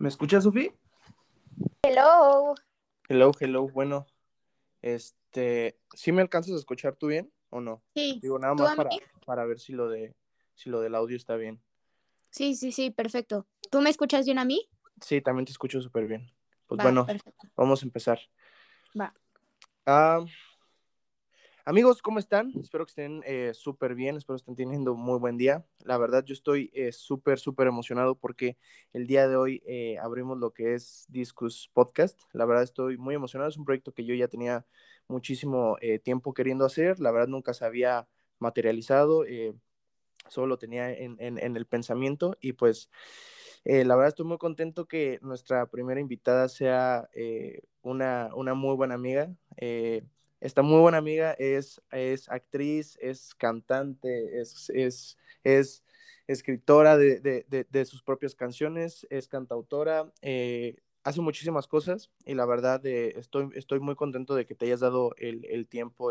¿Me escuchas, Sofi? Hello. Hello, hello. Bueno, ¿sí me alcanzas a escuchar tú bien o no? Sí, Digo, nada ¿tú más a mí? para ver si lo del audio está bien. Sí, perfecto. ¿Tú me escuchas bien a mí? Sí, también te escucho súper bien. Pues Va, bueno, perfecto. vamos a empezar. Va. Ah, amigos, ¿cómo están? Espero que estén súper bien, espero que estén teniendo un muy buen día. La verdad, yo estoy súper emocionado porque el día de hoy abrimos lo que es Discus Podcast. La verdad, estoy muy emocionado. Es un proyecto que yo ya tenía muchísimo tiempo queriendo hacer. La verdad, nunca se había materializado, solo lo tenía en el pensamiento y pues la verdad estoy muy contento que nuestra primera invitada sea una muy buena amiga. Esta muy buena amiga es actriz, es cantante, es escritora de sus propias canciones, es cantautora, hace muchísimas cosas y la verdad estoy muy contento de que te hayas dado el tiempo,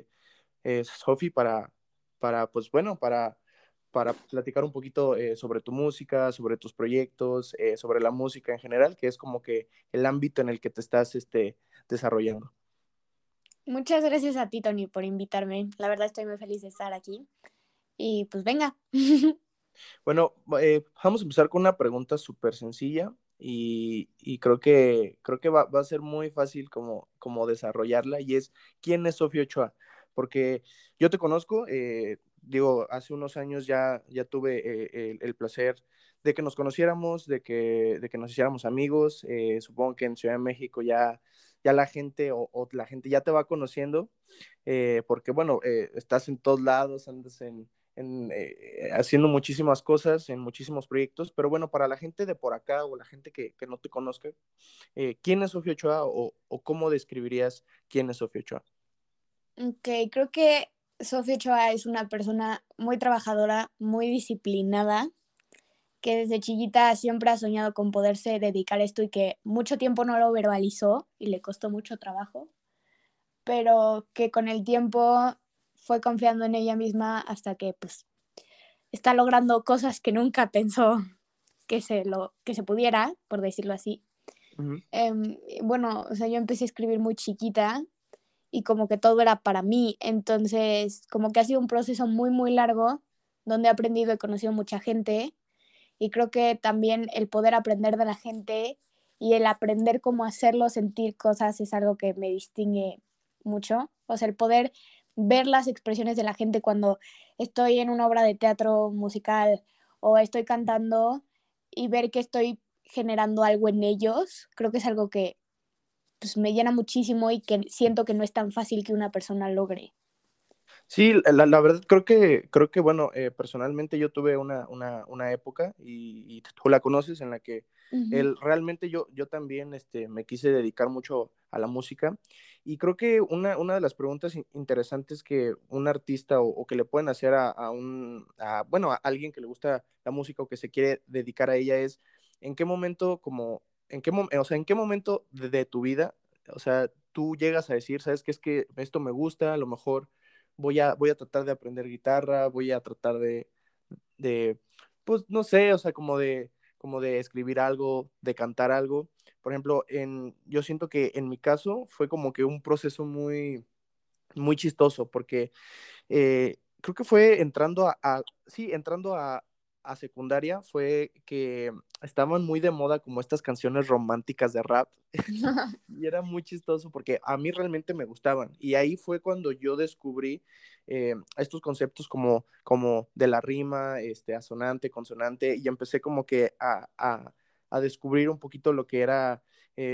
Sofi, pues bueno, para platicar un poquito sobre tu música, sobre tus proyectos, sobre la música en general, que es como que el ámbito en el que te estás desarrollando. Muchas gracias a ti, Tony, por invitarme. La verdad estoy muy feliz de estar aquí. Y pues venga. Bueno, vamos a empezar con una pregunta súper sencilla y creo que va a ser muy fácil como desarrollarla y es, ¿quién es Sofía Ochoa? Porque yo te conozco, digo, hace unos años ya tuve el placer de que nos conociéramos, de que nos hiciéramos amigos, supongo que en Ciudad de México ya la gente o la gente ya te va conociendo, porque bueno, estás en todos lados, andas haciendo muchísimas cosas, en muchísimos proyectos, pero bueno, para la gente de por acá o la gente que no te conozca, ¿quién es Sofía Ochoa o cómo describirías quién es Sofía Ochoa? Ok, creo que Sofía Ochoa es una persona muy trabajadora, muy disciplinada, que desde chiquita siempre ha soñado con poderse dedicar a esto y que mucho tiempo no lo verbalizó y le costó mucho trabajo, pero que con el tiempo fue confiando en ella misma hasta que pues está logrando cosas que nunca pensó que se pudiera, por decirlo así. Ujú. Bueno, o sea, yo empecé a escribir muy chiquita y como que todo era para mí, entonces como que ha sido un proceso muy largo donde he aprendido y conocido mucha gente y creo que también el poder aprender de la gente y el aprender cómo hacerlo sentir cosas es algo que me distingue mucho. O sea, el poder ver las expresiones de la gente cuando estoy en una obra de teatro musical o estoy cantando y ver que estoy generando algo en ellos, creo que es algo que pues, me llena muchísimo y que siento que no es tan fácil que una persona logre. Sí, la verdad creo que bueno, personalmente yo tuve una época y tú la conoces en la que Ujú. realmente yo también me quise dedicar mucho a la música y creo que una de las preguntas interesantes que un artista o que le pueden hacer bueno, a alguien que le gusta la música o que se quiere dedicar a ella es, ¿en qué momento o sea, en qué momento de tu vida, o sea, tú llegas a decir, sabes qué es que esto me gusta, a lo mejor voy a tratar de aprender guitarra, voy a tratar de, pues no sé, o sea, como de escribir algo, de cantar algo? Por ejemplo, yo siento que en mi caso fue como que un proceso muy chistoso, porque creo que fue entrando a secundaria, fue que estaban muy de moda como estas canciones románticas de rap. Y era muy chistoso porque a mí realmente me gustaban. Y ahí fue cuando yo descubrí estos conceptos como de la rima, asonante, consonante, y empecé como que a descubrir un poquito lo que era,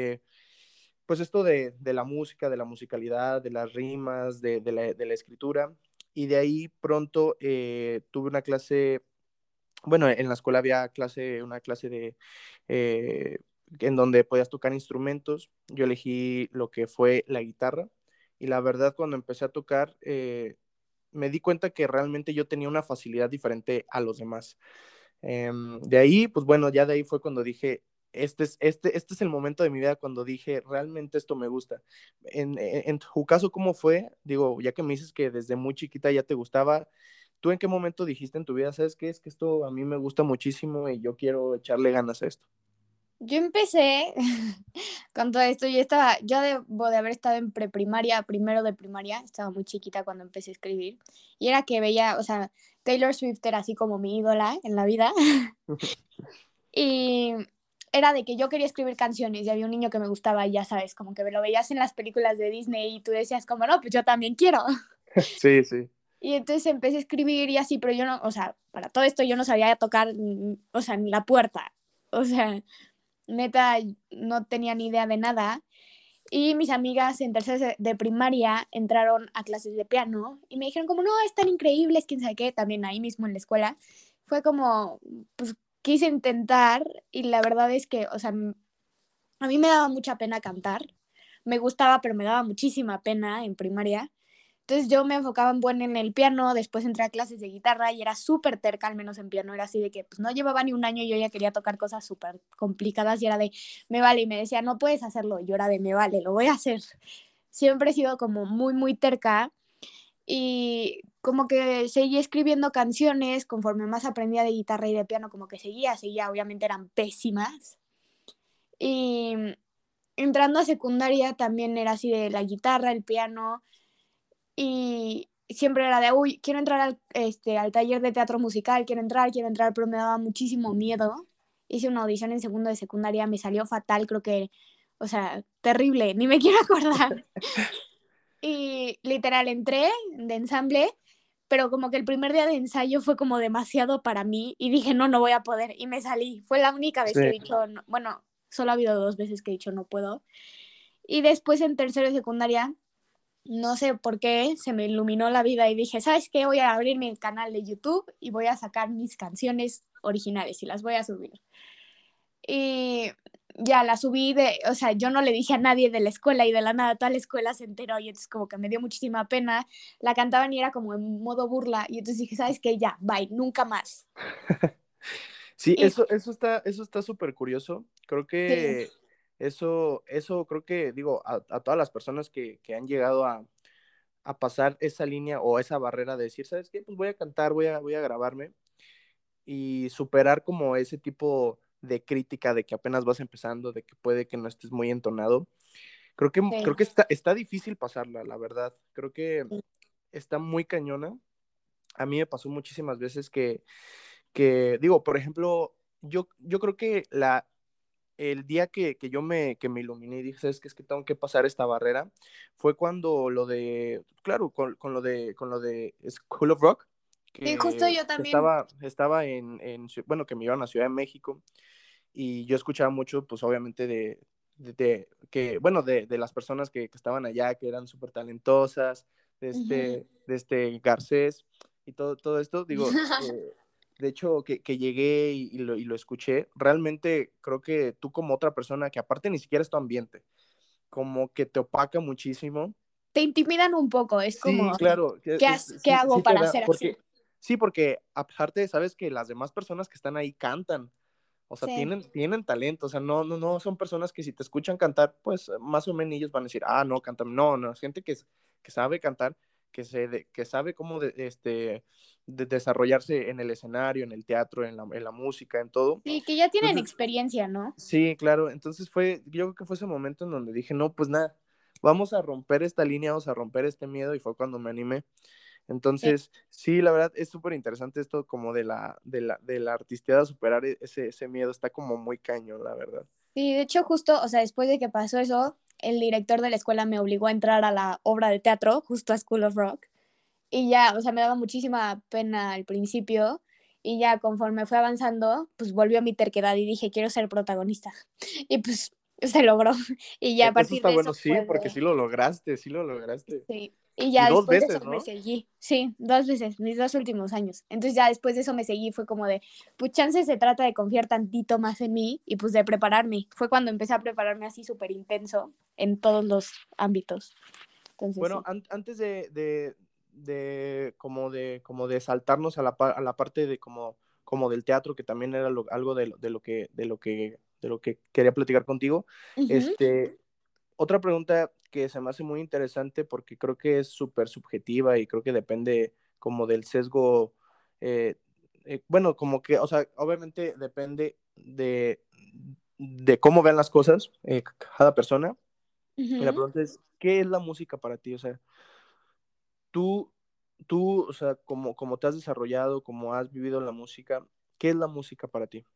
pues esto de la música, de la musicalidad, de las rimas, de la escritura. Y de ahí pronto tuve una clase, bueno, en la escuela había una clase eh, en donde podías tocar instrumentos. Yo elegí lo que fue la guitarra y la verdad cuando empecé a tocar me di cuenta que realmente yo tenía una facilidad diferente a los demás. De ahí, pues bueno, ya de ahí fue cuando dije, este es el momento de mi vida cuando dije, realmente esto me gusta. En tu caso, ¿cómo fue? Digo, ya que me dices que desde muy chiquita ya te gustaba, ¿tú en qué momento dijiste en tu vida, sabes qué? Es que esto a mí me gusta muchísimo y yo quiero echarle ganas a esto? Yo empecé con todo esto, yo debo de haber estado en preprimaria, primero de primaria, estaba muy chiquita cuando empecé a escribir, y era que veía, o sea, Taylor Swift era así como mi ídola en la vida, y era de que yo quería escribir canciones y había un niño que me gustaba y ya sabes, como que lo veías en las películas de Disney y tú decías como, no, pues yo también quiero. Sí, sí. Y entonces empecé a escribir y así, pero yo no, o sea, para todo esto yo no sabía tocar, o sea, ni la puerta. O sea, neta, no tenía ni idea de nada. Y mis amigas en tercero de primaria entraron a clases de piano y me dijeron como, no, están increíbles, quién sabe qué, también ahí mismo en la escuela. Fue como, pues quise intentar y la verdad es que, o sea, a mí me daba mucha pena cantar. Me gustaba, pero me daba muchísima pena en primaria. Entonces yo me enfocaba en buen en el piano, después entré a clases de guitarra y era súper terca, al menos en piano, era así de que pues no llevaba ni un año y yo ya quería tocar cosas súper complicadas y era de, me vale, y me decía, no puedes hacerlo, y yo era de, me vale, lo voy a hacer. Siempre he sido como muy, muy terca y como que seguí escribiendo canciones conforme más aprendía de guitarra y de piano, como que seguía, obviamente eran pésimas. Y entrando a secundaria también era así de la guitarra, el piano, y siempre era de, uy, quiero entrar al taller de teatro musical, quiero entrar, pero me daba muchísimo miedo. Hice una audición en segundo de secundaria, me salió fatal, creo que, o sea, terrible, ni me quiero acordar. Y literal entré de ensamble, pero como que el primer día de ensayo fue como demasiado para mí y dije, no, no voy a poder y me salí. Fue la única vez Sí. que he dicho, bueno, solo ha habido 2 veces que he dicho no puedo. Y después en tercero de secundaria no sé por qué se me iluminó la vida y dije, ¿sabes qué? Voy a abrir mi canal de YouTube y voy a sacar mis canciones originales y las voy a subir. Y ya la subí o sea, yo no le dije a nadie de la escuela y de la nada toda la escuela se enteró y entonces como que me dio muchísima pena. La cantaban y era como en modo burla y entonces dije, ¿sabes qué? Ya, bye, nunca más. Sí, Y eso está súper curioso. Creo sí, que eso creo que, digo, a todas las personas que han llegado a pasar esa línea o esa barrera de decir, ¿sabes qué? Pues voy a cantar, voy a grabarme y superar como ese tipo de crítica de que apenas vas empezando, de que puede que no estés muy entonado. sí, Creo que está difícil pasarla, la verdad. Creo que está muy cañona. A mí me pasó muchísimas veces que digo, por ejemplo, yo creo que el día que me iluminé y dije, ¿sabes qué? Es que tengo que pasar esta barrera, fue cuando lo de, claro, con lo de School of Rock, sí, justo yo que también. estaba bueno, que me iban a Ciudad de México, y yo escuchaba mucho, pues obviamente de las personas que estaban allá, que eran súper talentosas, Ujú. de este Garcés, y todo esto, digo, de hecho, que llegué y lo escuché, realmente creo que tú como otra persona, que aparte ni siquiera es tu ambiente, como que te opaca muchísimo. Te intimidan un poco, es Sí, como, claro, ¿qué sí, hago sí te para da, ser así? porque aparte sabes que las demás personas que están ahí cantan, o sea, Sí. tienen talento, o sea, no son personas que si te escuchan cantar, pues más o menos ellos van a decir, ah, no, cantan, no, es gente que sabe cantar, que sabe cómo desarrollarse en el escenario, en el teatro, en la música, en todo. Sí, que ya tienen Entonces, experiencia, ¿no? sí, claro, entonces yo creo que fue ese momento en donde dije, no, pues nada, vamos a romper esta línea, vamos a romper este miedo, y fue cuando me animé. Sí. Entonces, sí, la verdad es súper interesante esto como de la artisteada, superar ese miedo, está como muy cañón, la verdad. Sí, de hecho, justo, o sea, después de que pasó eso, el director de la escuela me obligó a entrar a la obra de teatro, justo a School of Rock. Y ya, o sea, me daba muchísima pena al principio. Y ya conforme fue avanzando, pues volvió mi terquedad y dije, quiero ser protagonista. Y pues se logró. Y ya a Eso partir está de bueno, eso sí, fue porque de, sí lo lograste, sí lo lograste. sí. Y Y ya dos después de eso veces, me ¿no? seguí. Sí, 2 veces, mis 2 últimos años. Entonces ya después de eso me seguí, fue como de, pues chance se trata de confiar tantito más en mí y pues de prepararme. Fue cuando empecé a prepararme así súper intenso en todos los ámbitos. Entonces Bueno, sí. antes como de saltarnos a a la parte de como del teatro, que también era algo de lo que quería platicar contigo, Ujú. este, otra pregunta que se me hace muy interesante porque creo que es súper subjetiva y creo que depende como del sesgo, bueno, como que, o sea, obviamente depende de cómo vean las cosas cada persona. Y la Ujú. pregunta es, ¿qué es la música para ti? O sea, tú, tú, o sea, como te has desarrollado, como has vivido la música, ¿qué es la música para ti?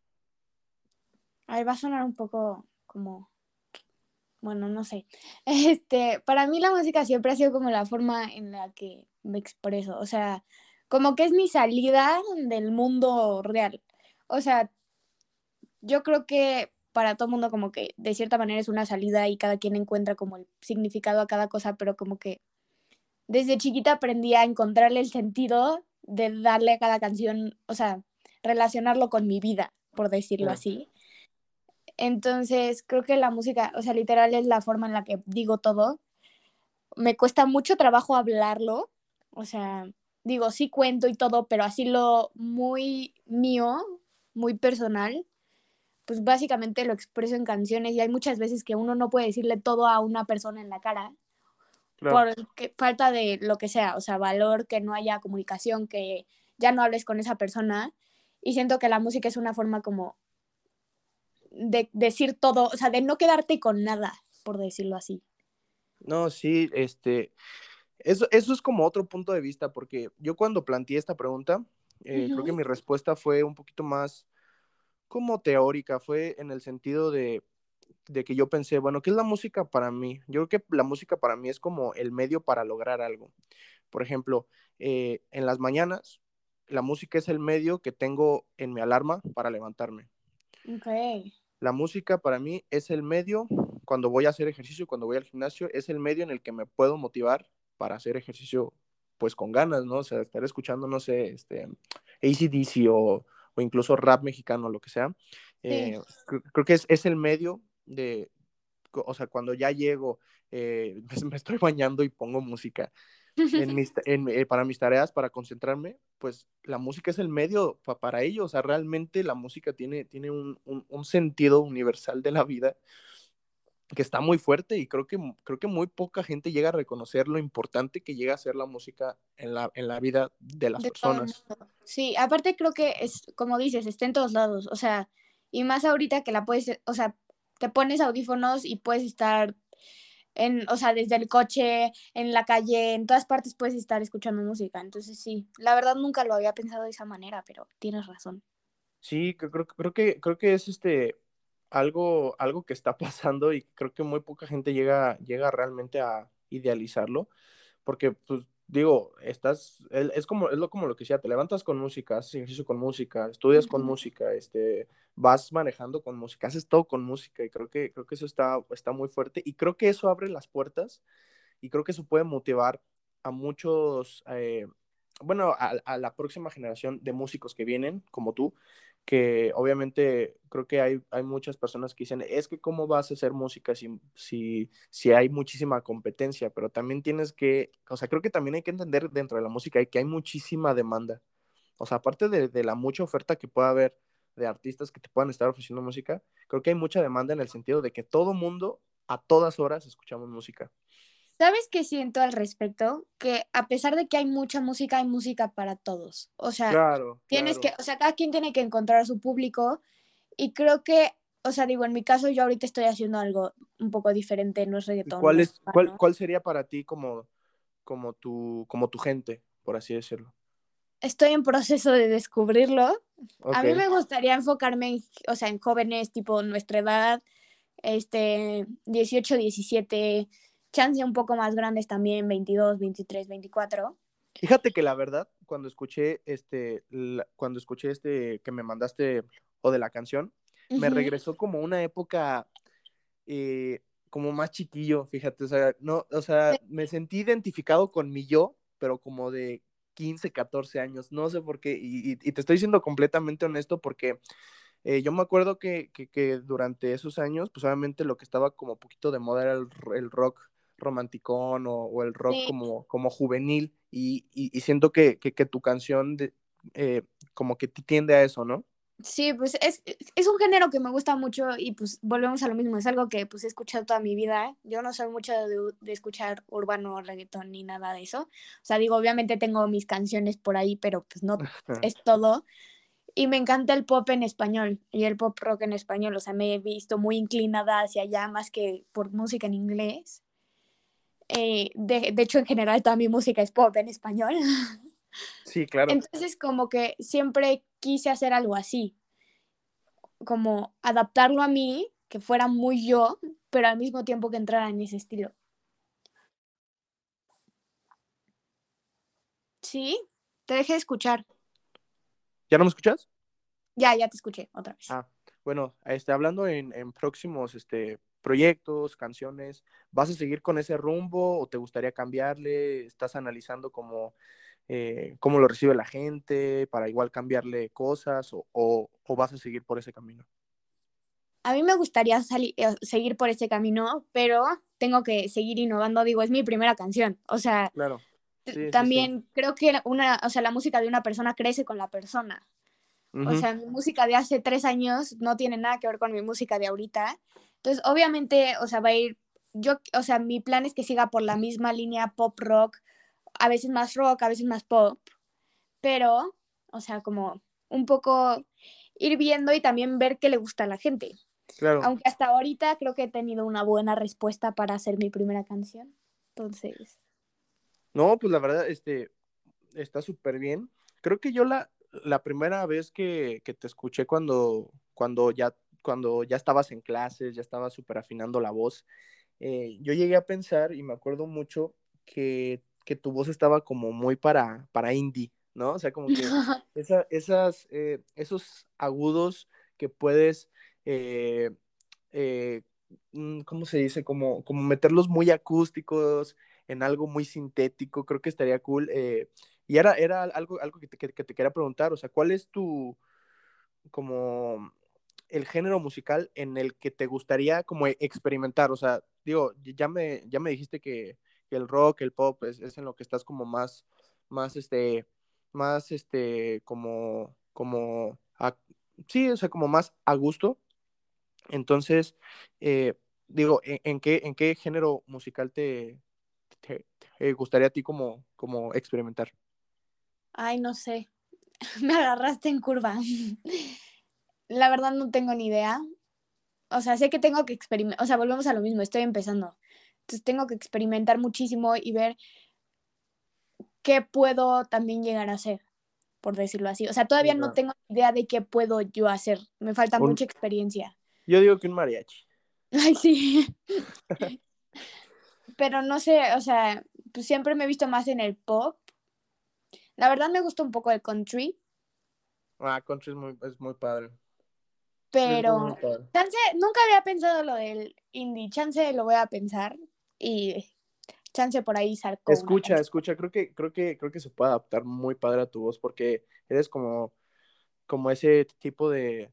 A ver, va a sonar un poco como, bueno, no sé. Para mí la música siempre ha sido como la forma en la que me expreso, o sea, como que es mi salida del mundo real. O sea, yo creo que para todo mundo como que de cierta manera es una salida y cada quien encuentra como el significado a cada cosa, pero como que desde chiquita aprendí a encontrarle el sentido de darle a cada canción, o sea, relacionarlo con mi vida, por decirlo Sí. así. Entonces, creo que la música, o sea, literal es la forma en la que digo todo. Me cuesta mucho trabajo hablarlo, o sea, digo, sí cuento y todo, pero así lo muy mío, muy personal, pues básicamente lo expreso en canciones y hay muchas veces que uno no puede decirle todo a una persona en la cara Claro. por falta de lo que sea, o sea, valor, que no haya comunicación, que ya no hables con esa persona. Y siento que la música es una forma como de decir todo, o sea, de no quedarte con nada, por decirlo así. No, sí, eso es como otro punto de vista, porque yo cuando planteé esta pregunta, creo que Ujú. mi respuesta fue un poquito más como teórica, fue en el sentido de que yo pensé, bueno, ¿qué es la música para mí? Yo creo que la música para mí es como el medio para lograr algo. Por ejemplo, en las mañanas, la música es el medio que tengo en mi alarma para levantarme. Ok. La música para mí es el medio cuando voy a hacer ejercicio, cuando voy al gimnasio, es el medio en el que me puedo motivar para hacer ejercicio pues con ganas, ¿no? O sea, estar escuchando, no sé, AC/DC o incluso rap mexicano, lo que sea. Sí. Creo que es el medio de, o sea, cuando ya llego, me estoy bañando y pongo música para mis tareas, para concentrarme, pues la música es el medio para ello. O sea, realmente la música tiene un sentido universal de la vida que está muy fuerte y creo que muy poca gente llega a reconocer lo importante que llega a ser la música en la vida de las De todo el personas. mundo. Sí, aparte creo que es, como dices, está en todos lados, o sea, y más ahorita que la puedes, o sea, te pones audífonos y puedes estar en, o sea, desde el coche, en la calle, en todas partes puedes estar escuchando música. Entonces sí, la verdad nunca lo había pensado de esa manera, pero tienes razón. Sí, creo que es algo que está pasando y creo que muy poca gente llega realmente a idealizarlo. Porque, pues, digo, como lo que decía, te levantas con música, haces ejercicio con música, estudias con Ujú. música, vas manejando con música, haces todo con música, y creo que eso está muy fuerte, y creo que eso abre las puertas, y creo que eso puede motivar a muchos, bueno, a la próxima generación de músicos que vienen, como tú, que obviamente creo que hay muchas personas que dicen, es que cómo vas a hacer música si hay muchísima competencia, pero también tienes que, o sea, creo que también hay que entender dentro de la música que hay muchísima demanda. O sea, aparte de la mucha oferta que pueda haber de artistas que te puedan estar ofreciendo música, creo que hay mucha demanda en el sentido de que todo mundo, a todas horas, escuchamos música. ¿Sabes qué siento al respecto? Que a pesar de que hay música para todos. O sea, Claro, tienes que, claro. o sea, cada quien tiene que encontrar a su público y creo que, o sea, digo, en mi caso yo ahorita estoy haciendo algo un poco diferente, no es ¿Y reggaetón, no es urbano. cuál sería para ti como tu gente, por así decirlo? Estoy en proceso de descubrirlo. A Ok. mí me gustaría enfocarme en, o sea, en jóvenes tipo nuestra edad, 18, 17, chance un poco más grandes también, 22, 23, 24. Fíjate que la verdad, cuando escuché que me mandaste o de la canción, me Ujú. regresó como una época como más chiquillo, fíjate, o sea, no, o sea, me sentí identificado con mi yo, pero como de 15 14 años, no sé por qué, y te estoy siendo completamente honesto porque yo me acuerdo que durante esos años, pues obviamente lo que estaba como poquito de moda era el rock romanticón o el rock Sí, como juvenil y siento que tu canción eh, como que tiende a eso, ¿no? sí, pues es un género que me gusta mucho y pues volvemos a lo mismo, es algo que pues he escuchado toda mi vida. Yo no soy mucho de escuchar urbano, reggaetón ni nada de eso. O sea, digo, obviamente tengo mis canciones por ahí, pero pues no es todo. Y me encanta el pop en español y el pop rock en español. O sea, me he visto muy inclinada hacia allá más que por música en inglés. De hecho, en general, toda mi música es pop en español. Sí, claro. Entonces, como que siempre quise hacer algo así, como adaptarlo a mí, que fuera muy yo, pero al mismo tiempo que entrara en ese estilo. ¿Sí? Te dejé de escuchar. ¿Ya no me escuchas? Ya te escuché otra vez. Ah, bueno, hablando en próximos proyectos, canciones, ¿vas a seguir con ese rumbo o te gustaría cambiarle? ¿Estás analizando cómo lo recibe la gente para igual cambiarle cosas o vas a seguir por ese camino? A mí me gustaría seguir por ese camino, pero tengo que seguir innovando. Digo, es mi primera canción. O sea, Claro, sí, sí, sí. también creo que o sea, la música de una persona crece con la persona. O Ujú, sea, mi música de hace 3 años no tiene nada que ver con mi música de ahorita. Entonces, obviamente, o sea, va a ir, o sea, mi plan es que siga por la misma línea pop rock, a veces más pop, pero, o sea, como un poco ir viendo y también ver qué le gusta a la gente. claro. Aunque hasta ahorita creo que he tenido una buena respuesta para hacer mi primera canción. Entonces, No, pues la verdad, está súper bien. Creo que yo la primera vez que te escuché cuando ya estabas en clases, ya estabas súper afinando la voz, yo llegué a pensar y me acuerdo mucho que tu voz estaba como muy para indie, ¿no? O sea, como que esos agudos que puedes, eh, eh, ¿cómo se dice? Como meterlos muy acústicos en algo muy sintético, creo que estaría cool. Y era algo que te quería preguntar, o sea, ¿cuál es como el género musical en el que te gustaría como experimentar? O sea, digo, ya me dijiste que el rock, el pop es en lo que estás como más, sí, o sea, como más a gusto. Entonces, digo, ¿en qué género musical te gustaría a ti como experimentar? ay, no sé, me agarraste en curva. La verdad no tengo ni idea. O sea, sé que tengo que experimentar, o sea, volvemos a lo mismo, estoy empezando. Entonces tengo que experimentar muchísimo y ver qué puedo también llegar a hacer, por decirlo así. O sea, Sí, todavía no claro. tengo idea de qué puedo yo hacer. Me falta Un, mucha experiencia. yo digo que un mariachi. Ay, sí. Pero no sé, o sea, pues siempre me he visto más en el pop. La verdad me gusta un poco el country, Ah, country es muy padre. Es muy pero padre. chance, nunca había pensado lo del indie. Chance lo voy a pensar y chance por ahí saco una Escucha, canción. escucha, creo que se puede adaptar muy padre a tu voz porque eres como ese tipo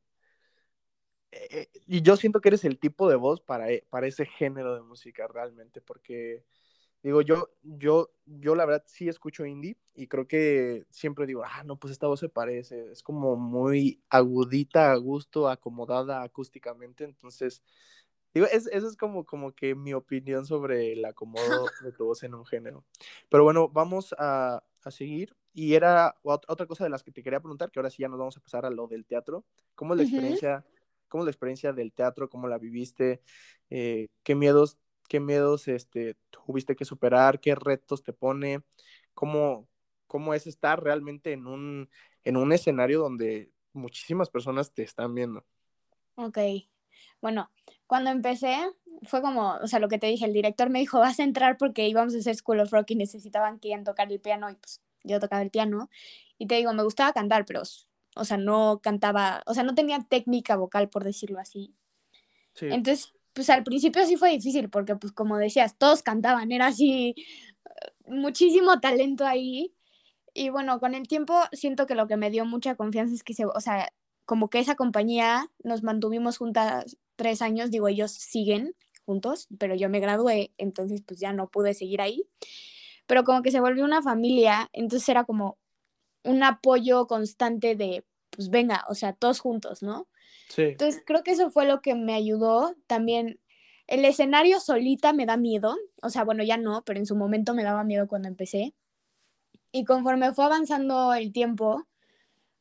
y yo siento que eres el tipo de voz para ese género de música realmente, porque digo, yo la verdad sí escucho indie y creo que siempre digo, no, pues esta voz se parece, es como muy agudita, a gusto, acomodada acústicamente, entonces, digo, eso es como que mi opinión sobre el acomodo de tu voz en un género. Pero bueno, vamos a seguir. Y era otra cosa de las que te quería preguntar, que ahora sí ya nos vamos a pasar a lo del teatro. ¿Cómo es la Ujú. experiencia, cómo es la experiencia del teatro? ¿Cómo la viviste? ¿Qué miedos tuviste que superar? ¿Qué retos te pone? ¿Cómo es estar realmente en un escenario donde muchísimas personas te están viendo? Ok. Bueno, cuando empecé fue como, o sea, lo que te dije, el director me dijo, vas a entrar porque íbamos a hacer School of Rock y necesitaban que iban a tocar el piano y pues yo tocaba el piano. Y te digo, me gustaba cantar, pero, o sea, no cantaba, o sea, no tenía técnica vocal, por decirlo así. Sí, Entonces, pues al principio sí fue difícil porque, pues como decías, todos cantaban, era así, muchísimo talento ahí. Y bueno, con el tiempo siento que lo que me dio mucha confianza es que o sea, como que esa compañía nos mantuvimos juntas 3 años, digo, ellos siguen juntos, pero yo me gradué, entonces pues ya no pude seguir ahí, pero como que se volvió una familia, entonces era como un apoyo constante de, pues venga, o sea, todos juntos, ¿no? sí. Entonces creo que eso fue lo que me ayudó también. El escenario solita me da miedo, o sea, bueno, ya no, pero en su momento me daba miedo cuando empecé. Y conforme fue avanzando el tiempo,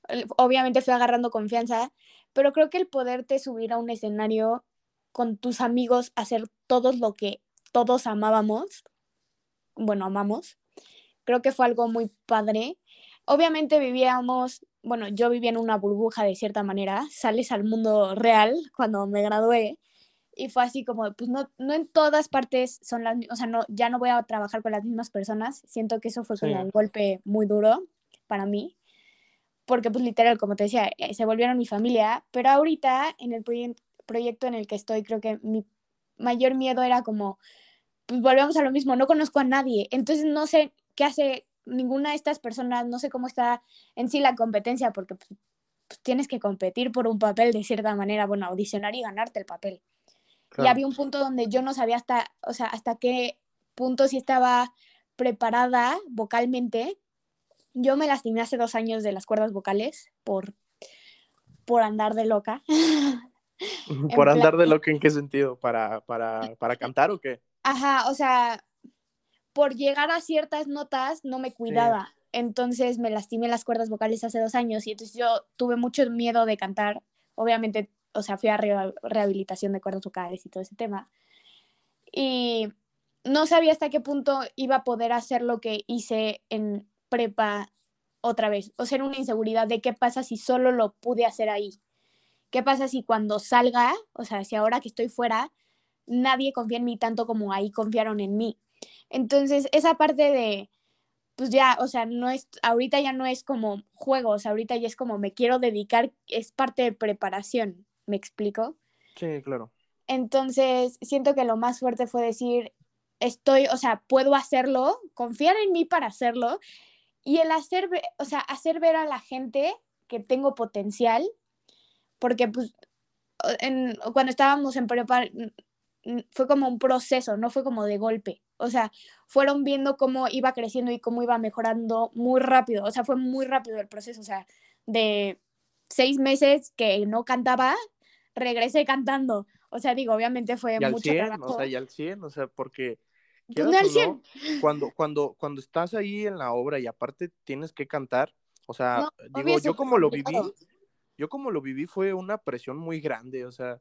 obviamente fui agarrando confianza, pero creo que el poderte subir a un escenario con tus amigos, hacer todo lo que todos amábamos, bueno, amamos, creo que fue algo muy padre. Obviamente vivíamos, bueno, yo vivía en una burbuja de cierta manera, sales al mundo real cuando me gradué y fue así como, pues no, no en todas partes son las, o sea, no, ya no voy a trabajar con las mismas personas, siento que eso fue Sí, como un golpe muy duro para mí, porque pues literal, como te decía, se volvieron mi familia, pero ahorita en el proyecto en el que estoy, creo que mi mayor miedo era como, pues volvemos a lo mismo, no conozco a nadie, entonces no sé qué hace ninguna de estas personas, no sé cómo está en sí la competencia, porque pues, tienes que competir por un papel de cierta manera, bueno, audicionar y ganarte el papel. Y claro. había un punto donde yo no sabía hasta, o sea, hasta qué punto sí estaba preparada vocalmente. Yo me lastimé hace 2 años de las cuerdas vocales por andar de loca. ¿Por En plan, andar de loco en qué sentido? ¿Para cantar o qué? ajá, o sea, por llegar a ciertas notas no me Sí, cuidaba. Entonces me lastimé las cuerdas vocales hace 2 años y entonces yo tuve mucho miedo de cantar. Obviamente, o sea, fui a rehabilitación de cuerdas vocales y todo ese tema. Y no sabía hasta qué punto iba a poder hacer lo que hice en prepa otra vez. O sea, era una inseguridad de qué pasa si solo lo pude hacer ahí. ¿Qué pasa si cuando salga, o sea, si ahora que estoy fuera, nadie confía en mí tanto como ahí confiaron en mí? Entonces, esa parte de, pues ya, o sea, no es, ahorita ya no es como juegos, ahorita ya es como me quiero dedicar, es parte de preparación, ¿me explico? sí, claro. Entonces, siento que lo más fuerte fue decir, estoy, o sea, puedo hacerlo, confiar en mí para hacerlo y el hacer, o sea, hacer ver a la gente que tengo potencial, porque pues cuando estábamos en prepa fue como un proceso, no fue como de golpe. O sea, fueron viendo cómo iba creciendo y cómo iba mejorando muy rápido. O sea, fue muy rápido el proceso. O sea, de 6 meses que no cantaba, regresé cantando. O sea, digo, obviamente fue Y al mucho 100, o sea, trabajo. y al 100, o sea, porque Pues no quieras o al 100. no, cuando estás ahí en la obra y aparte tienes que cantar, o sea, No, obvio digo, es súper complicado. yo como lo viví fue una presión muy grande, o sea,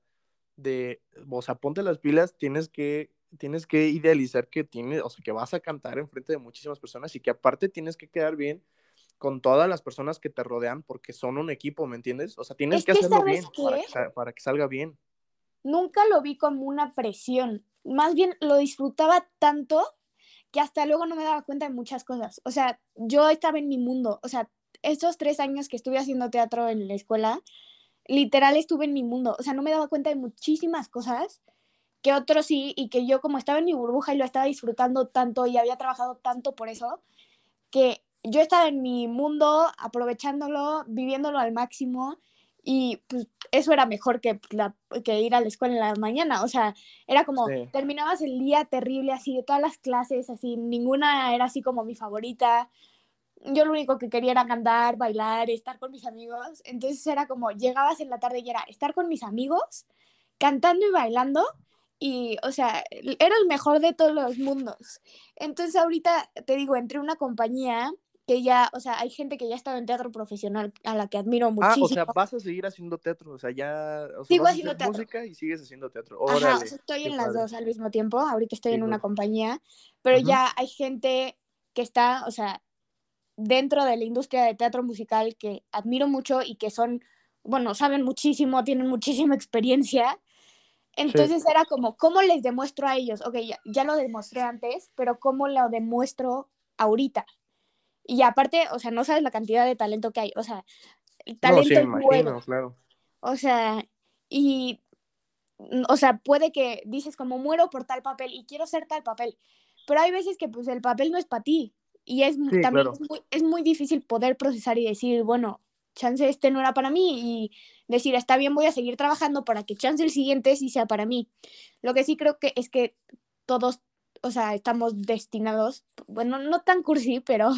o sea, ponte las pilas, tienes que idealizar que tienes, o sea, que vas a cantar enfrente de muchísimas personas y que aparte tienes que quedar bien con todas las personas que te rodean porque son un equipo, ¿me entiendes? O sea, tienes Es que que, hacerlo ¿sabes bien qué? para que salga bien. Nunca lo vi como una presión. Más bien lo disfrutaba tanto que hasta luego no me daba cuenta de muchas cosas. O sea, yo estaba en mi mundo. O sea, estos 3 años que estuve haciendo teatro en la escuela, literal estuve en mi mundo. O sea, no me daba cuenta de muchísimas cosas que otros sí, y que yo como estaba en mi burbuja y lo estaba disfrutando tanto y había trabajado tanto por eso, que yo estaba en mi mundo aprovechándolo, viviéndolo al máximo y pues eso era mejor que ir a la escuela en la mañana, o sea, era como Sí. terminabas el día terrible así de todas las clases, así, ninguna era así como mi favorita, yo lo único que quería era cantar, bailar, estar con mis amigos, entonces era como llegabas en la tarde y era estar con mis amigos, cantando y bailando y, o sea, era el mejor de todos los mundos. Entonces ahorita te digo, entré a una compañía que ya, o sea, hay gente que ya ha estado en teatro profesional a la que admiro Ah, o muchísimo. sea, vas a seguir haciendo teatro, o sea, ya, o sea, Sigo vas a hacer haciendo teatro. música y sigues haciendo teatro. Ajá, o Órale, sea, estoy qué en las padre, dos al mismo tiempo. Ahorita estoy qué en una cool. compañía, pero Ujú. ya hay gente que está, o sea, dentro de la industria de teatro musical que admiro mucho y que son, bueno, saben muchísimo, tienen muchísima experiencia. Sí, Entonces era como, ¿cómo les demuestro a ellos? Ok, ya lo demostré antes, pero ¿cómo lo demuestro ahorita? Y aparte, o sea, no sabes la cantidad de talento que hay, o sea, el no, sí, me talento imagino, nuevo, claro. o sea, y, o sea, puede que dices como muero por tal papel y quiero ser tal papel, pero hay veces que pues el papel no es para ti y Sí, también claro. es muy difícil poder procesar y decir, bueno, chance este no era para mí y decir, está bien, voy a seguir trabajando para que chance el siguiente sí sea para mí. Lo que sí creo que es que todos, o sea, estamos destinados, bueno, no tan cursi, pero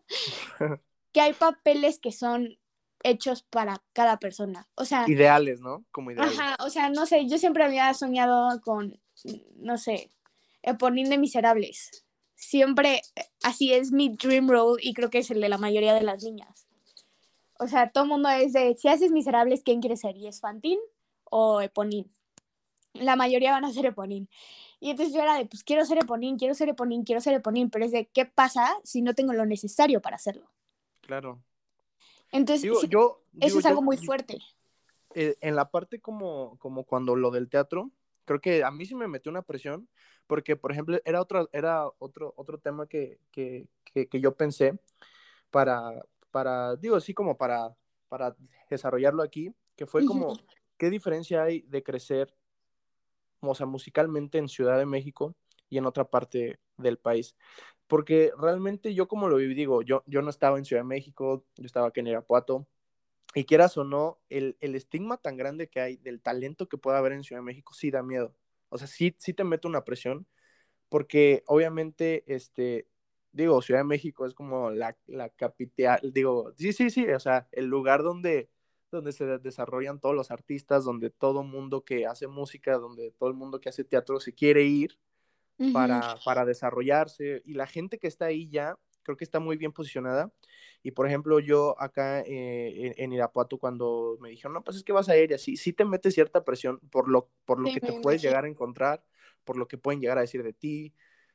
que hay papeles que son hechos para cada persona. O sea, Ideales, ¿no? Como ajá, ideales. o sea, no sé, yo siempre había soñado con, no sé, Eponine de Miserables. Siempre así es mi dream role y creo que es el de la mayoría de las niñas. O sea, todo el mundo es de, si haces Miserables, ¿quién quieres ser? ¿Y es Fantín o Eponín? La mayoría van a ser Eponín. Y entonces yo era de, pues quiero ser Eponín, quiero ser Eponín, quiero ser Eponín, pero es de, ¿qué pasa si no tengo lo necesario para hacerlo? Claro. Entonces, Digo, sí, yo, eso digo, es algo yo, muy fuerte. en la parte como cuando lo del teatro, creo que a mí sí me metió una presión, porque, por ejemplo, era otro tema que yo pensé digo, sí, como para desarrollarlo aquí, que fue Ujú. como, ¿qué diferencia hay de crecer, o sea, musicalmente en Ciudad de México y en otra parte del país? Porque realmente yo como lo viví, digo, yo no estaba en Ciudad de México, yo estaba aquí en Irapuato, y quieras o no, el estigma tan grande que hay del talento que puede haber en Ciudad de México sí da miedo. O sea, sí te mete una presión, porque obviamente, digo, Ciudad de México es como la capital, digo, sí, o sea, el lugar donde se desarrollan todos los artistas, donde todo mundo que hace música, donde todo el mundo que hace teatro se quiere ir Ujú. para desarrollarse, y la gente que está ahí ya creo que está muy bien posicionada. Y por ejemplo, yo acá en Irapuato, cuando me dijeron, no, pues es que vas a ir y así, sí te mete cierta presión por lo Sí, que te me puedes imagino. llegar a encontrar, por lo que pueden llegar a decir de ti,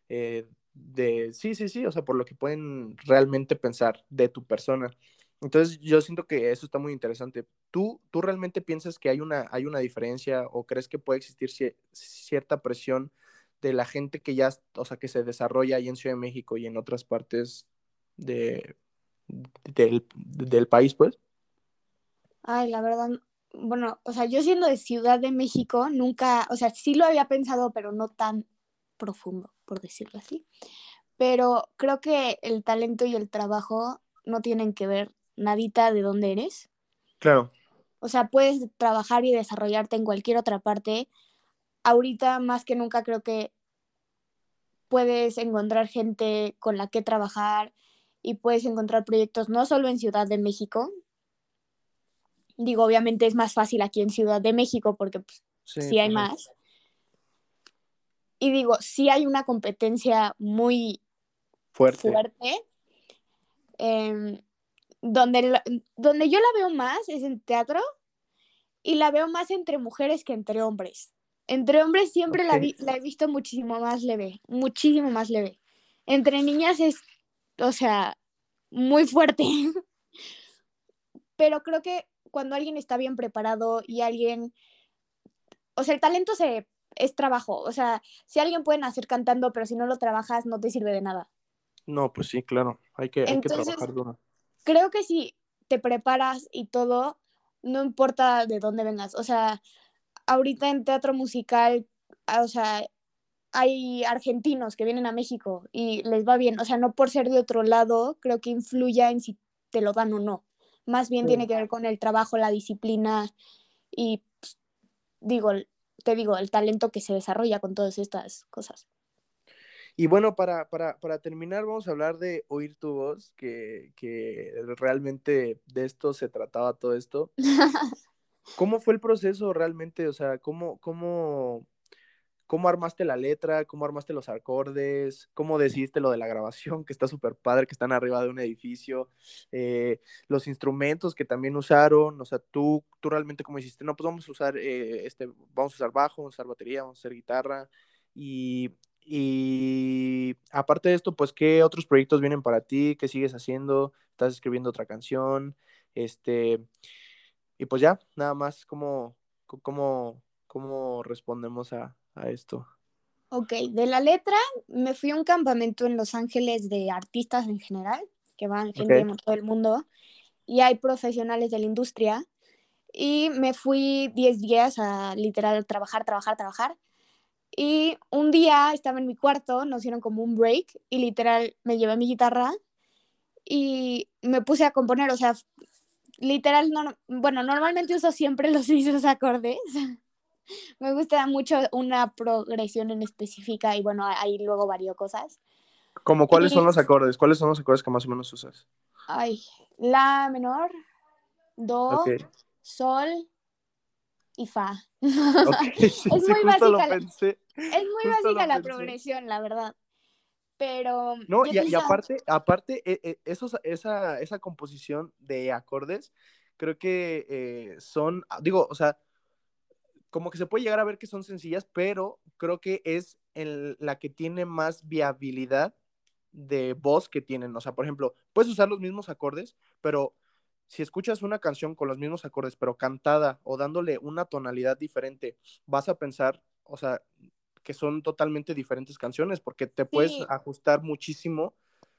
sí, o sea, por lo que pueden realmente pensar de tu persona. Entonces yo siento que eso está muy interesante. ¿Tú realmente piensas que hay una diferencia, o crees que puede existir cierta presión de la gente que ya, o sea, que se desarrolla ahí en Ciudad de México y en otras partes de, del país, pues? Ay, la verdad, bueno, o sea, yo siendo de Ciudad de México, nunca, o sea, sí lo había pensado, pero no tan profundo, por decirlo así. Pero creo que el talento y el trabajo no tienen que ver nadita de dónde eres. Claro, O sea, puedes trabajar y desarrollarte en cualquier otra parte. Ahorita más que nunca creo que puedes encontrar gente con la que trabajar y puedes encontrar proyectos no solo en Ciudad de México. Digo, obviamente es más fácil aquí en Ciudad de México porque pues, sí, sí hay pues sí. más. Y digo, sí hay una competencia muy Fuerte. fuerte. eh, donde, donde yo la veo más es en teatro y la veo más entre mujeres que entre hombres. Entre hombres siempre Ok. la he visto muchísimo más leve. Entre niñas es, o sea, muy fuerte. Pero creo que cuando alguien está bien preparado y alguien, o sea, el talento es trabajo. O sea, si alguien puede nacer cantando, pero si no lo trabajas, no te sirve de nada. No, pues sí, claro. Hay que Entonces, trabajar duro. creo que si te preparas y todo, no importa de dónde vengas. O sea, ahorita en teatro musical, o sea, hay argentinos que vienen a México y les va bien. O sea, no por ser de otro lado, creo que influya en si te lo dan o no. Más bien tiene Sí. que ver con el trabajo, la disciplina y, pues, digo, te digo, el talento que se desarrolla con todas estas cosas. Y bueno, para terminar, vamos a hablar de Oír tu voz, que realmente de esto se trataba todo esto. ¿Cómo fue el proceso realmente? O sea, ¿cómo armaste la letra? ¿Cómo armaste los acordes? ¿Cómo decidiste lo de la grabación, que está súper padre, que están arriba de un edificio? Los instrumentos que también usaron, o sea, tú realmente cómo hiciste, no, pues vamos a usar bajo, vamos a usar batería, vamos a usar guitarra. Y aparte de esto, pues, ¿qué otros proyectos vienen para ti? ¿Qué sigues haciendo? ¿Estás escribiendo otra canción? Este, y pues ya, nada más, ¿cómo respondemos a esto? Ok, de la letra me fui a un campamento en Los Ángeles de artistas en general, que van Ok, gente de todo el mundo, y hay profesionales de la industria, y me fui 10 días a literal trabajar, trabajar, trabajar, y un día estaba en mi cuarto, nos dieron como un break, y literal me llevé mi guitarra y me puse a componer, o sea, literal, no, bueno, normalmente uso siempre los mismos acordes. Me gusta mucho una progresión en específica y bueno, ahí luego varío cosas. ¿Cómo cuáles son Y, los acordes? ¿Cuáles son los acordes que más o menos usas? ay, la menor, Ok, do, sol y fa. ok, sí, Es sí, muy justo lo básica, pensé, es muy justo básica lo la pensé. progresión, la verdad. pero No, yo y pensaba, aparte esa composición de acordes, creo que son, digo, o sea, como que se puede llegar a ver que son sencillas, pero creo que es la que tiene más viabilidad de voz que tienen. O sea, por ejemplo, puedes usar los mismos acordes, pero si escuchas una canción con los mismos acordes, pero cantada o dándole una tonalidad diferente, vas a pensar, o sea, que son totalmente diferentes canciones, porque te puedes sí, ajustar muchísimo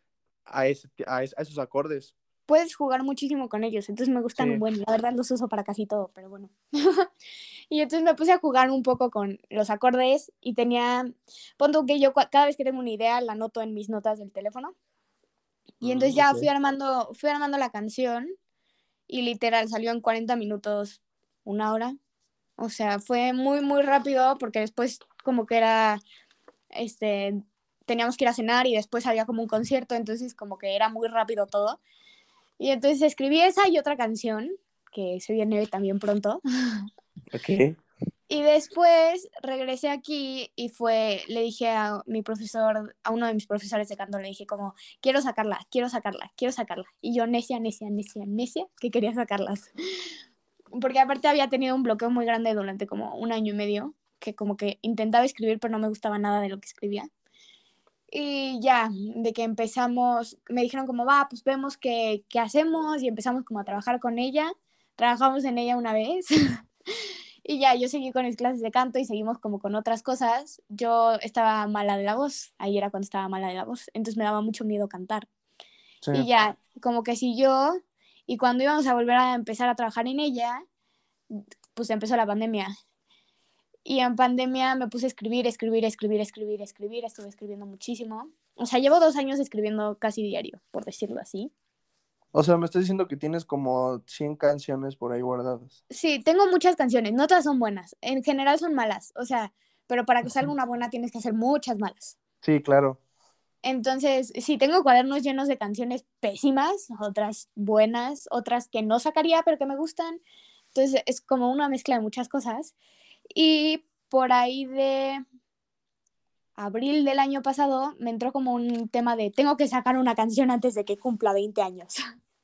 a esos acordes. puedes jugar muchísimo con ellos, entonces me gustan un Sí. buen, la verdad los uso para casi todo, pero bueno. Y entonces me puse a jugar un poco con los acordes y tenía, punto que yo cada vez que tengo una idea la anoto en mis notas del teléfono. Y entonces Ok. ya fui armando la canción y literal salió en 40 minutos, una hora. O sea, fue muy, muy rápido porque después como que era, este, teníamos que ir a cenar y después había como un concierto, entonces como que era muy rápido todo. Y entonces escribí esa y otra canción, que se viene también pronto. Ok. Y después regresé aquí y le dije a mi profesor, a uno de mis profesores de canto, le dije como, quiero sacarla, quiero sacarla, quiero sacarla. Y yo necia, necia, necia, necia, que quería sacarlas. Porque aparte había tenido un bloqueo muy grande durante como un año y medio, que como que intentaba escribir, pero no me gustaba nada de lo que escribía. Y ya, de que empezamos, me dijeron como, va, pues vemos qué hacemos y empezamos como a trabajar con ella. Trabajamos en ella una vez. Y ya, yo seguí con mis clases de canto y seguimos como con otras cosas. Yo estaba mala de la voz, ahí era cuando estaba mala de la voz, entonces me daba mucho miedo cantar. Sí. Y ya, como que siguió, y cuando íbamos a volver a empezar a trabajar en ella, pues empezó la pandemia. Y en pandemia me puse a escribir, escribir, escribir, escribir, escribir, estuve escribiendo muchísimo. O sea, llevo 2 años escribiendo casi diario, por decirlo así. O sea, me estás diciendo que tienes como 100 canciones por ahí guardadas. Sí, tengo muchas canciones, no todas son buenas, en general son malas, o sea, pero para que salga una buena tienes que hacer muchas malas. Sí, claro. Entonces, sí, tengo cuadernos llenos de canciones pésimas, otras buenas, otras que no sacaría, pero que me gustan. Entonces, es como una mezcla de muchas cosas. Y por ahí de abril del año pasado me entró como un tema de tengo que sacar una canción antes de que cumpla 20 años.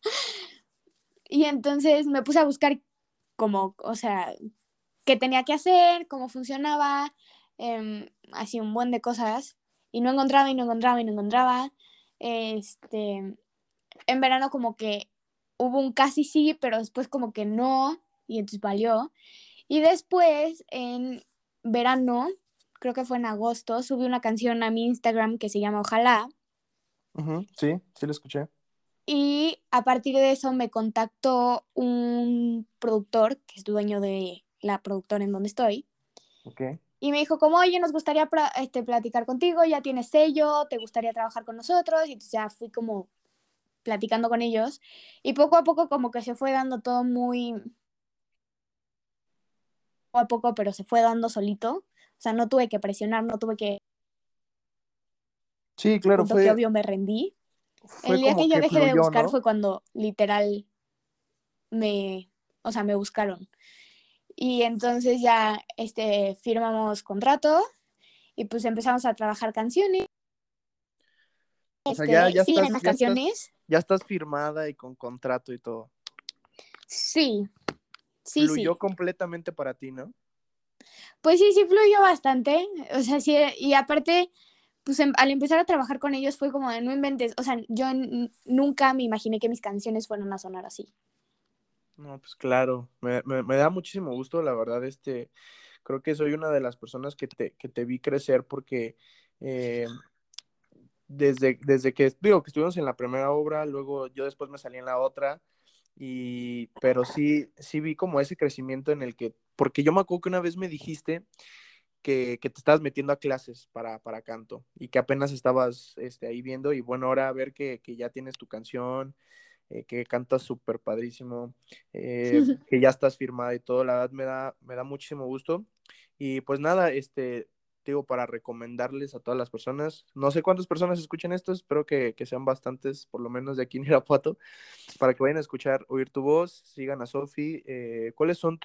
Y entonces me puse a buscar como, o sea, qué tenía que hacer, cómo funcionaba, así un buen de cosas. Y no encontraba y no encontraba y no encontraba. Este, en verano como que hubo un casi sí, pero después como que no, y entonces valió. Y después en verano, creo que fue en agosto, subí una canción a mi Instagram que se llama Ojalá. Ujú, sí, sí lo escuché. Y a partir de eso me contactó un productor, que es dueño de la productora en donde estoy, Ok. y me dijo como, oye, nos gustaría platicar contigo, ya tienes sello, te gustaría trabajar con nosotros, y entonces ya fui como platicando con ellos, y poco a poco como que se fue dando todo muy, poco a poco, pero se fue dando solito, o sea, no tuve que presionar, no tuve que, Sí, claro, punto que obvio me rendí. fue El día como que yo que dejé de fluyó, buscar ¿no? fue cuando literal me, o sea, me buscaron. Y entonces ya firmamos contrato y pues empezamos a trabajar canciones. O sea, ya Sí vienen estás, más canciones. ya estás firmada y con contrato y todo. Sí, sí, Fluyó sí. completamente para ti, ¿no? Pues sí, sí fluyó bastante. O sea, sí, y aparte, pues al empezar a trabajar con ellos fue como de no inventes. O sea, yo nunca me imaginé que mis canciones fueran a sonar así. No, pues claro, me da muchísimo gusto, la verdad, creo que soy una de las personas que te vi crecer porque eh, desde que, digo, que estuvimos en la primera obra, luego yo después me salí en la otra, pero sí, sí vi como ese crecimiento en el que, porque yo me acuerdo que una vez me dijiste que te estabas metiendo a clases para canto y que apenas estabas ahí viendo y bueno, ahora a ver que ya tienes tu canción, que cantas súper padrísimo, que ya estás firmada y todo, la verdad me da muchísimo gusto. Y pues nada, digo, para recomendarles a todas las personas, no sé cuántas personas escuchen esto, espero que sean bastantes, por lo menos de aquí en Irapuato, para que vayan a escuchar, oír tu voz, sigan a Sofi. ¿Cuáles son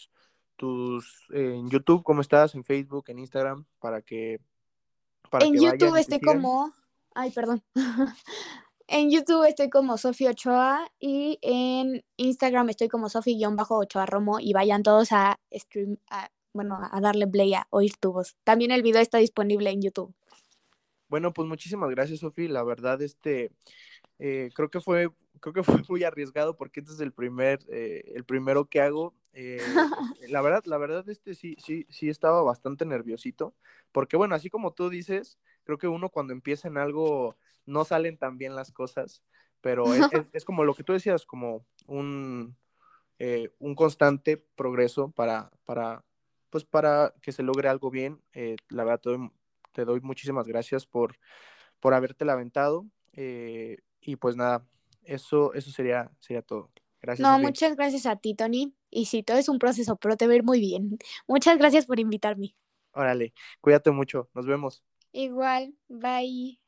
en YouTube, cómo estás, en Facebook, en Instagram, para que En YouTube vayan y te estoy sigan? como Ay, perdón. En YouTube estoy como Sofía Ochoa y en Instagram estoy como Sofi-Ochoa Romo y vayan todos a stream, bueno, a darle play a oír tu voz. También el video está disponible en YouTube. Bueno, pues muchísimas gracias, Sofi. La verdad, creo que fue muy arriesgado porque este es el primero que hago. La verdad, sí estaba bastante nerviosito, porque bueno, así como tú dices, creo que uno cuando empieza en algo no salen tan bien las cosas, pero es como lo que tú decías, como un constante progreso pues para que se logre algo bien. La verdad, te doy muchísimas gracias por haberte aventado. Y pues nada, eso sería todo. Gracias, No, Sofía. muchas gracias a ti, Tony. Y sí, todo es un proceso, pero te va a ir muy bien. Muchas gracias por invitarme. Órale, cuídate mucho, nos vemos. Igual, bye.